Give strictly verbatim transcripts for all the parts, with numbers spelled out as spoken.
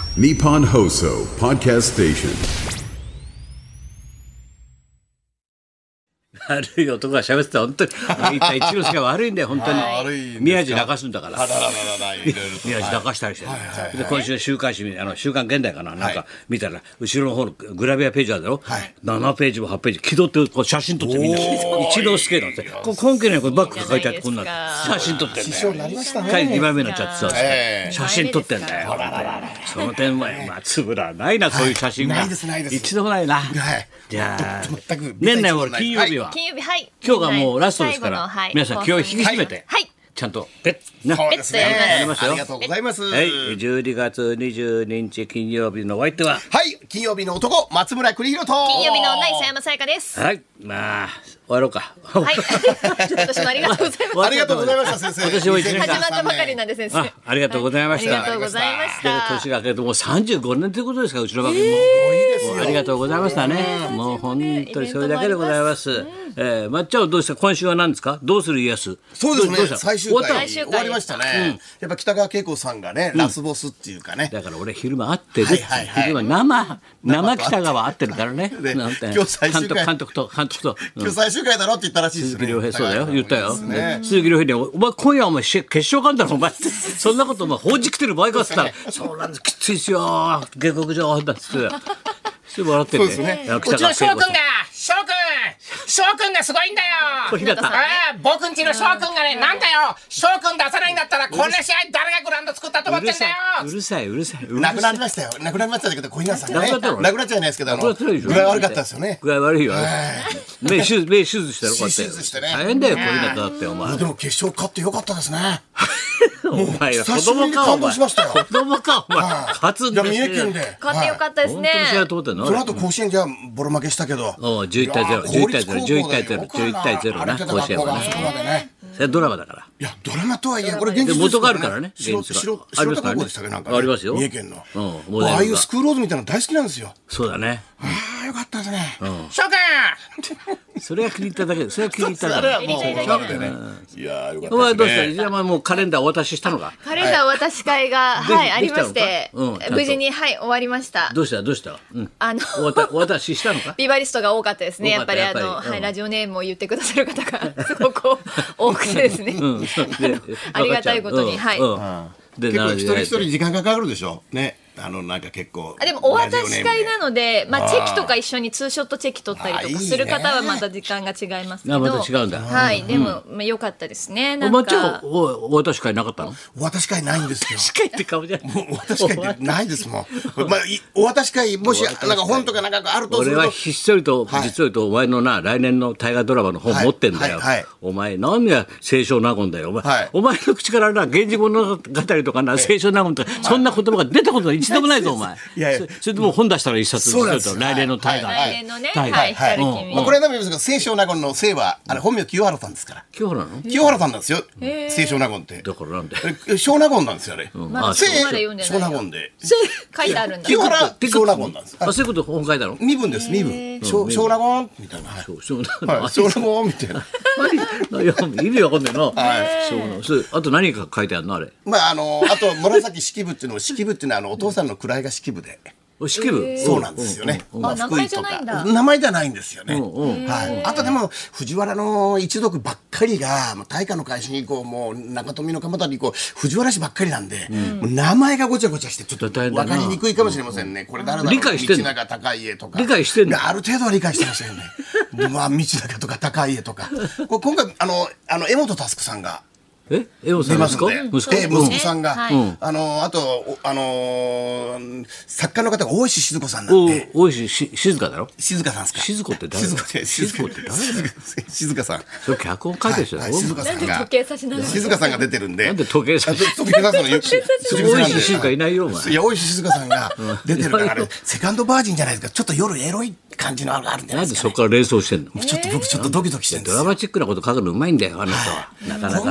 Nippon Hoso Podcast Station。 悪い男が喋ってた本当に一体一之輔が悪いんだよ本当に。宮地泣かすんだから。宮地泣かしたりして、で今週週刊誌あの週刊現代かななんか見たら後ろの方のグラビアページあるだろ、はい、ななページもはちページ気取ってこう写真撮ってみんな一之輔なんてこう根拠ないこれバッグ抱えちゃってこんな写真撮ってんだよ。にばんめになっちゃってさ、写真撮ってんだよ。その点は松村はないなそういう写真が一度もないな。じゃあ年内は金曜日は金曜日、はい、 今日がもうラストですから、はい、皆さん気を引き締めて、はい、ちゃんとペッなペッとやります。 ありがとうございます。 はい、じゅうにがつにじゅうににち金曜日のお相手ははい金曜日の男松村邦洋と金曜日の女磯山さやかです。 はい、まあ終わろうか。 はい私もありがとうございます。 ありがとうございました先生。 私も一年間始まったばかりなんで先生。 あ、ありがとうございました。 ありがとうございました。 年が明けてもうさんじゅうごねんということですかうちの番組も。ありがとうございましたね。もう本当にそれだけでございます。えー、まっちゃんはどうした今週は何ですか。どうする家康。 そうですね。最終回終終わりましたね。やっぱ北川景子さんがねラスボスっていうかね。 だから俺昼間会ってる。昼間生生北川会ってるからね。なんて今日最終回監督と監督と今日最終回だろって言ったらしいですね。 鈴木亮平そうだよ言ったよ。鈴木亮平にお前今夜お前決勝かんだろお前そんなことお前報じきてる場合かっつったらそうなんですきついですよ下克上だっつって。すぐ笑ってるね。 うちの翔くんが翔くん翔くんがすごいんだよ。 日向ああ僕んちの翔くんがねなんだよ翔くん出さないんだったらこんな試合誰がグラウンド作ったと思ってんだよ。 うるさいうるさいうるさい。 亡くなりましたよ。亡くなりましたけど小日向さんがね亡くなったの亡くなっちゃいないですけどあの具合悪かったですよね。 具合悪いよ。目手術目手術したろこうやって。 手術してね大変だよ小日向だってお前。 でも決勝勝ってよかったですね。 お前は子久しぶり供かお前。 に感動しましたよ。 子供かお前。勝つんだいや三重県で勝ってよかったですね。 本当に試合通ってんの。 その後甲子園じゃボロ負けしたけどおうじゅういちたいゼロじゅういちたいゼロじゅういちたいゼロじゅういちたいゼロな甲子園はね。それドラマだから。 いやドラマとはいえこれ現実です元があるからね。 白白白田高校でしたっけなんかありますよ。 三重県のうんああいうスクールローズみたいなの大好きなんですよ。 そうだね。 ああよかったですね。 翔くんそれは気に入っただけでそれは気に入っただけ。 もうそうでね。いやよかったですね。 お前どうしたじゃあもうカレンダーお渡ししたのか。 カレンダーお渡し会がはいありましてうん無事にはい終わりました。 どうしたどうしたうんあのお渡お渡ししたのか。 ビバリストが多かったですね。やっぱりあの多かったやっぱりはいラジオネームを言ってくださる方がすごく多くてですね。ありがたいことにはい。 結構一人一人時間がかかるでしょね。あのなんか結構あでもお渡し会なので、まあ、チェキとか一緒にツーショットチェキ取ったりとかする方はまた時間が違いますけど、 あまた違うんだ。 はいでも、まあ、良かったですね。なおんまっちゃんかおお渡し会なかったの。 お渡し会ないんですよ。 しかいって顔じゃん。 お渡し会ってないですもん。まあいお渡し会もしなんか本とかなんかあるとすると俺はひっそりと実を言うとお前のな来年の大河ドラマの本持ってんだよ。 はいはいはいお前何が清少納言だよお前、 はいお前の口からな源氏物語とかな清少納言とかそんな言葉が出たこと一度もないぞお前。 いやいやそそれでもう本出したら一冊そうなんですよ来年の大河。 来年のね、 はいはい、 はい光る君。 まあこれはでも言いますけど清少納言の清はあれ本名清原さんですから。 今日なの。 清原さんなんですよ清少納言って。 だからなんで。 え少納言なんですよあれ。 まだあそこまで読んで少ないよ。 納言で書いてあるんだ。 清原少納言なんです。 あそういうこと本書いたの。 身分です身分。少少納言みたいな。はいそうそうはい少納言みたいな。 いや意味わかんないな。そうなの。それあと何か書いてあるのあれ。 まああのあと紫式部っていうのも式部っていうのはあのお父さんの位が式部で。 お式部。 そうなんですよね。 あ名前じゃないんだ。 名前じゃないんですよね。 うんはい。あとでも藤原の一族ばっかりがもう大化の改新以降もう中富の鎌足以降藤原氏ばっかりなんで、もう名前がごちゃごちゃしてちょっと分かりにくいかもしれませんね。これ誰だろう。 理解してんの道長高家とか。 理解してんの。 ある程度は理解してましたよね。でまあ道長とか高家とか。これ今回あのあの江本佑さんが。 え、エオさんですか。 息子、え息子さんが、 はいあのあとあのー、作家の方が大石静子さんなんで。 お、大石し静かだろ。 静香さんですか。 静子って誰？ 静子って静子って誰？静香さん。 それ脚本書いてる人だろ。 静香さんが。 時計差しながら。 静香さんが出てるんで。 なんで時計差し。 時計差すのよく。 大石静香いないよお前。 いや大石静香さんが出てるからあれセカンドバージンじゃないですか。ちょっと夜エロい感じのあるんじゃなないんでか。 ですそこから連想してんの。 ちょっと僕ちょっとドキドキしてるんですよ。 ドラマチックなこと書くのうまいんだよあの人は。なかなか。 今回だけは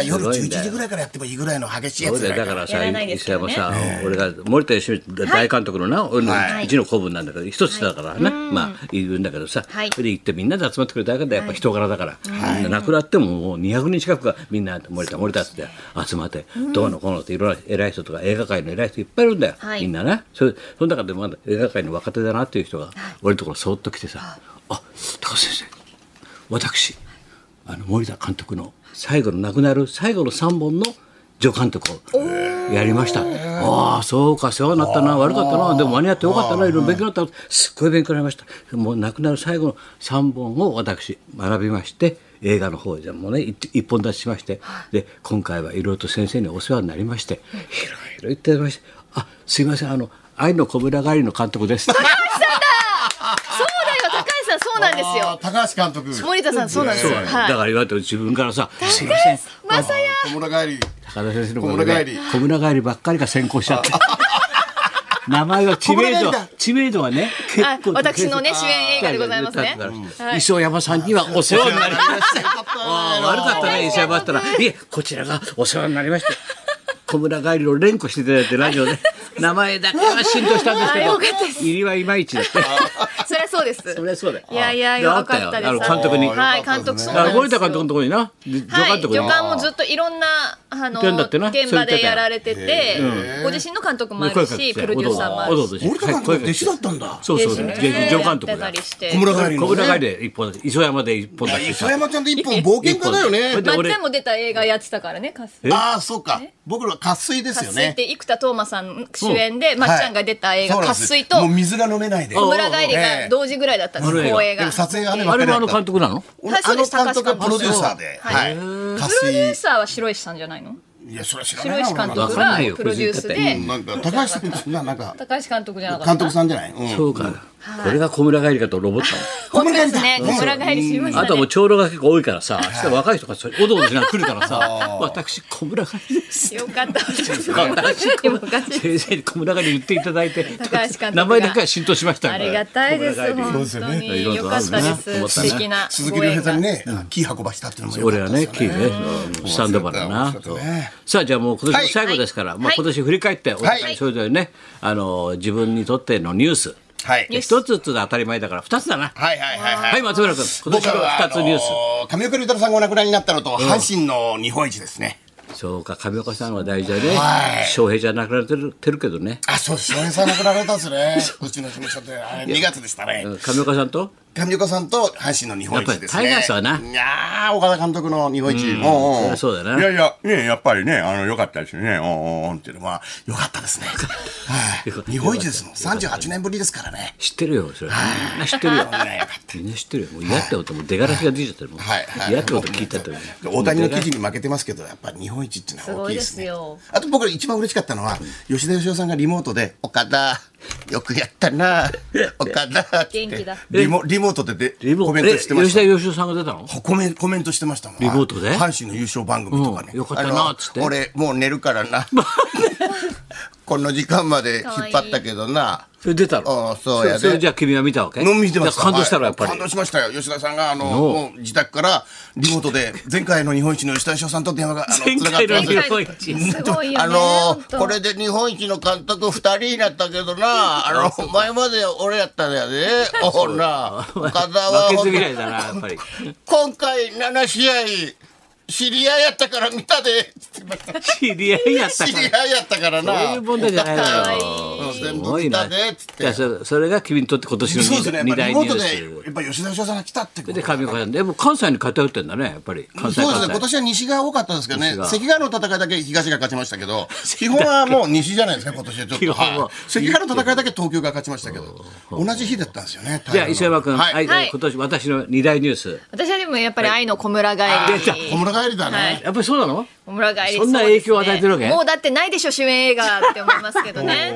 夜じゅういちじぐらいからやってもいいぐらいの激しいやそうつだよだからさやらないです石けどね山さ俺が森田芳美大監督のな俺の一の子分なんだけど一つだからなまあいるんだけどさはいそれで行ってみんなで集まってくれたわけでやっぱ人柄だからみんな亡くなってももうにひゃくにん近くがみんな森田森田って集まってどうのこうのっていろんな偉い人とか映画界の偉い人いっぱいいるんだよはいみんなねそれその中でまだ映画界の若手だなっていう人が俺のところそっと来てさあ高橋先生私あの森田監督の最後の亡くなる最後のさんぼんの助監督をやりました。ああそうか世話になったな悪かったなでも間に合ってよかったないろいろ勉強になったすっごい勉強になりました。もう亡くなる最後のさんぼんを私学びまして映画の方でもね一本立ちしましてで今回はいろいろと先生にお世話になりましていろいろ言っていただきましてあすいませんあの愛の小村帰りの監督です。 高橋さんだそうだよ高橋さんそうなんですよ高橋監督森田さんそうなんですよだから言われて自分からさすいませんまさや小村帰り高田先生の小ことで村帰り小村帰りばっかりが先行しちゃって名前は知名度小村帰りだ知名度はね結あ構私のね主演映画でございますねはい磯山さんにはお世話になりましたあー悪かったね磯山ったらいえこちらがお世話になりました小村帰りを連呼していただいてラジオで名前だけは浸透したんですけあどよかったです入りはいまいちだってそりゃそうですそりゃそうだよいやいやよかったですあの監督にはい監督そうなんですよ森田監督のところにな助はい、 監督に助監もずっといろんなあのやんだってな現場でやられててうご自身の監督もあるしプロデューサーもあるし森田監督の弟子だったんだそうそうそうで助監督やってだたりして小村帰りの小村帰りで一本磯山で一本だけ磯山ちゃんって一本冒険家だよねで俺まっちゃんも出た映画やってたからね渇水ああそうか僕ら渇水ですよね渇水って生田斗真さん主演でまっちゃんが出た映画そうなんです渇水ともう水が飲めないで小村帰りが同時ぐらいだったんですええ公映がでも撮影がねあれもあの監督なのはいそうですあの監督がプロデューサーでははいプ渇ロデュー水サーは白石さんじゃないのいやそれは知らないな白石監督がわかんないよプロデュースでなんか高橋さんそんななんか高橋監督じゃなかった監督さんじゃないうんそうかこれが小村帰りかとロボット本当ですね小村帰りしましたねあとはもう長老が結構多いからさ明日若い人がそれおどおどしながら来るからさ私小村帰りですよかった私今おかしい先生に小村帰り言っていただいて高橋監督が名前だけは浸透しましたからありがたいです小村帰り本ですよ当ねによかったです素敵な鈴木亮平さんにね木運ばしたっていうのもよか俺はね、 ったですよキーね、うんスタンドバナな。 面白かったねさあ、じゃあもう今年も最後ですから、まあ今年振り返って、お互はいいそれぞれね、あの、自分にとってのニュース。 はい一つって当たり前だから、二つだな。 はいはいはいはい、 はい松村君、今年の僕は二つニュース。 あの上岡龍太郎さんがお亡くなりになったのと阪神の日本一ですねそうか、上岡さんは大事だねはい。 翔平じゃなくなってるてるけどね。 あそう翔平さん亡くなられたんですねうちの事務所であれにがつでしたねうん上岡さんと上岡さんと阪神の日本一ですねやっぱりタイガースはないやー岡田監督の日本一うんそりゃそうだな。 いやいや、ね、やっぱりね、あの、良かったですよね。おんおんおんっていうのは。 良かったですねはい日本一ですもんさんじゅうはちねんぶりですからね知ってるよ、それ。みんな知ってるよ。 ねよかったみんな知ってるよ。もう嫌ってことも出がらしが出ちゃってるもん。 はいはい嫌ってこと聞いたってる。 大谷の記事に負けてますけどやっぱり日本一っていうのは大きいですねすごいですよあと僕一番嬉しかったのは吉田義雄さんがリモートで「岡田よくやったな岡田」って元気だリモリモートででリモコメントしてまえした吉田義雄さんが出たのコメコメントしてましたもんリモートで阪神の優勝番組とかね、 うんよかったなっつってあの俺もう寝るからなこの時間まで引っ張ったけどなそれ出たのああそうやでそれじゃあ君は見たわけの見てましたじゃあ感動したらやっぱり、 はい感動しましたよ吉田さんがあののもう自宅からリモートで前回の日本一の吉田義雄さんと電話があの前回の日繋がってます本一すごいよねあの本当これで日本一の監督ふたりになったけどなあの前まで俺やったんやでほら岡田は負けず嫌いだなやっぱり今回ななしあい知り合いやったから見たで知り合いやった知りから合いやったからなそういう問題じゃないのようんす全部見ごいなたでっつってじゃあそそれが君にとって今年のそうですねやっ二ぱり大ニューリモートでスやっぱ吉田義雄さんが来たってことで上岡さんでも関西に偏ってんだねやっぱり関西そうですね、今関西年は西が多かったですけどね、 西が関ヶ原の戦いだけ東が勝ちましたけど、基本はもう西じゃないですか、今年はちょっと。 基本ははい関ヶ原の戦いだけ東京が勝ちましたけど、同じ日だったんですよね。 じゃあ磯山君はいはいはい今年私の二大ニュース私はでもやっぱり愛の小村帰り出た小村帰りだね。 はいやっぱりそうなの小村帰りそんな影響を与えてるわけもうだってないでしょ主演映画って思いますけどね小村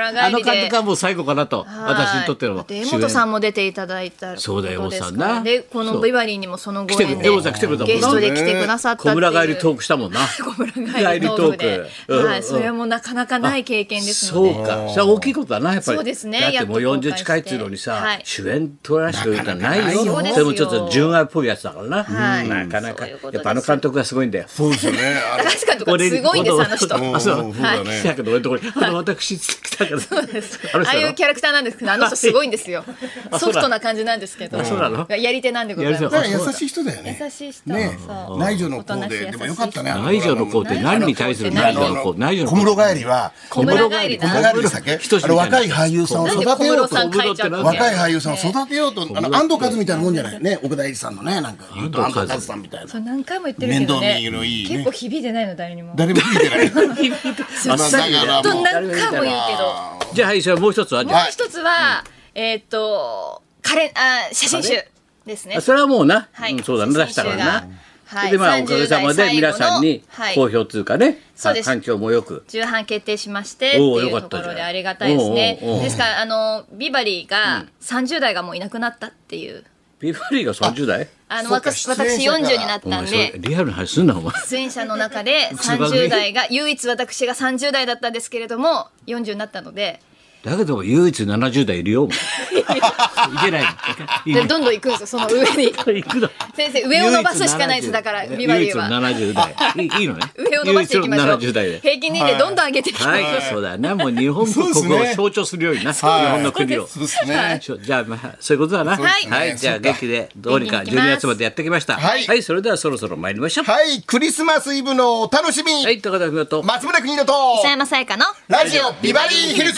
村帰りであの監督はもう最後かなと、 はい私にとってのあと江本さんも出ていただいたそうだよことです江本さんなからでこのビバリーにもそのご縁で来てく江本さん来てくれたもんなゲストで来てくださったっていう小村帰りトークしたもんな小村帰りトークで、 うんはい、それもなかなかない経験ですのでそうかそれは大きいことだなやっぱりそうですねだってもうやっと公開よんじゅう近いっていうのにさ、 はい主演取らせてくれたらないよなかなかないよそれもちょっと純愛っぽいやつだからな、 はいなかなかそういうことですやっぱあの監督がすごいんだよそうですよね。あれ高橋監督はすごいんですあの人あそううんそうだね来たけど俺のところにあの私来たけどそうですあの人だろああいうキャラクターなんですけどあの人すごいんですよソフトな感じなんですけどそうなのやり手なんでございますやり手だから優しい人だよね。 優しい人、 ねそう内助のおとなしい優しい功ででもよかったね。あの内助の功って何に対する内助の功内助の小功室帰りは小村帰り小な村帰りでしたっけ？ 人志あの若い俳優さんをなんで育てようと小室さん書いちゃったっけ若い俳優さんを育てようとあの安藤和みたいなもんじゃないね奥田瑛二さんのねなんか言うと安安藤和藤和さんみたいなそう何回も言ってるけどね面倒見のいいね結構響いてないの誰にも誰も聞いてない。 そうだからともう何回も言うけどじゃあはいそれもう一つはもう一つは、えーっとカレあ写真集ですねあそれはもうな、 はいうんそうだね出したからな、 はい、 でまあおかげさまで皆さんにはい好評というかね、 そうです反響もよく重版決定しましてっておーいうよかったじゃんところでありがたいですねおーおーおーですからあのビバリーがさんじゅう代がもういなくなったっていうビバリーがさんじゅう代あのそうか私出演者が私よんじゅうになっお前そたんでれリアルな話すんなお前出演者の中でさんじゅう代が唯一私がさんじゅう代だったんですけれどもよんじゅうになったのでだけど唯一ななじゅう代いるよお前いけないのでどんどん行くんですよその上に行くの先生上を伸ばすしかないですだからビバリーは唯一のななじゅう代いいいいのね上を伸ばしていきましょう唯一のななじゅう代で平均年齢どんどん上げていきましょう、 はい、そうだねもう日本そうですね国を象徴するようにな、日本の国をそうですね。 しょじゃあまあそういうことだなそうですねじゃあそうか元気でどうにか元気に行きますじゅうにがつまでやってきましたはいそれではそろそろ参りましょうはいクリスマスイブのお楽しみ。 はい高田文夫と松村邦洋と磯山さやかのラジオビバリーヒルズ。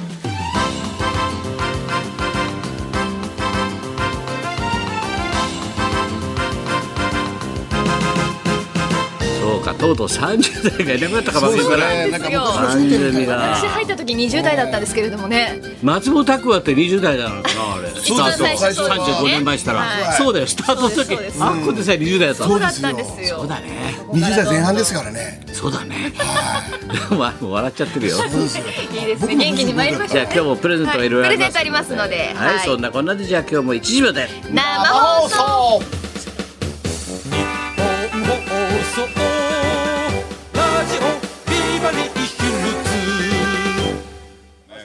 そうかとうとうさんじゅう代がいなくなったかもしれないなんかよ昔の商店みたいな私入った時にじゅう代だったんですけれどもね松本拓也ってにじゅう代なのかなあれスタート一番最初そうですねさんじゅうごねんまえしたら、 はいそうだよスタートの時そうですそうですあっこでさえにじゅう代だったのそうだったんですよそうだねにじゅう代前半ですからね。 そうだねまあもう笑っちゃってるよいいですね元気に参りましょう、ね、 じゃあ今日もプレゼントがいろいろありますはプレゼントありますのではい、そんなこんなでじゃあ今日もいちじまで生放送放送。 放送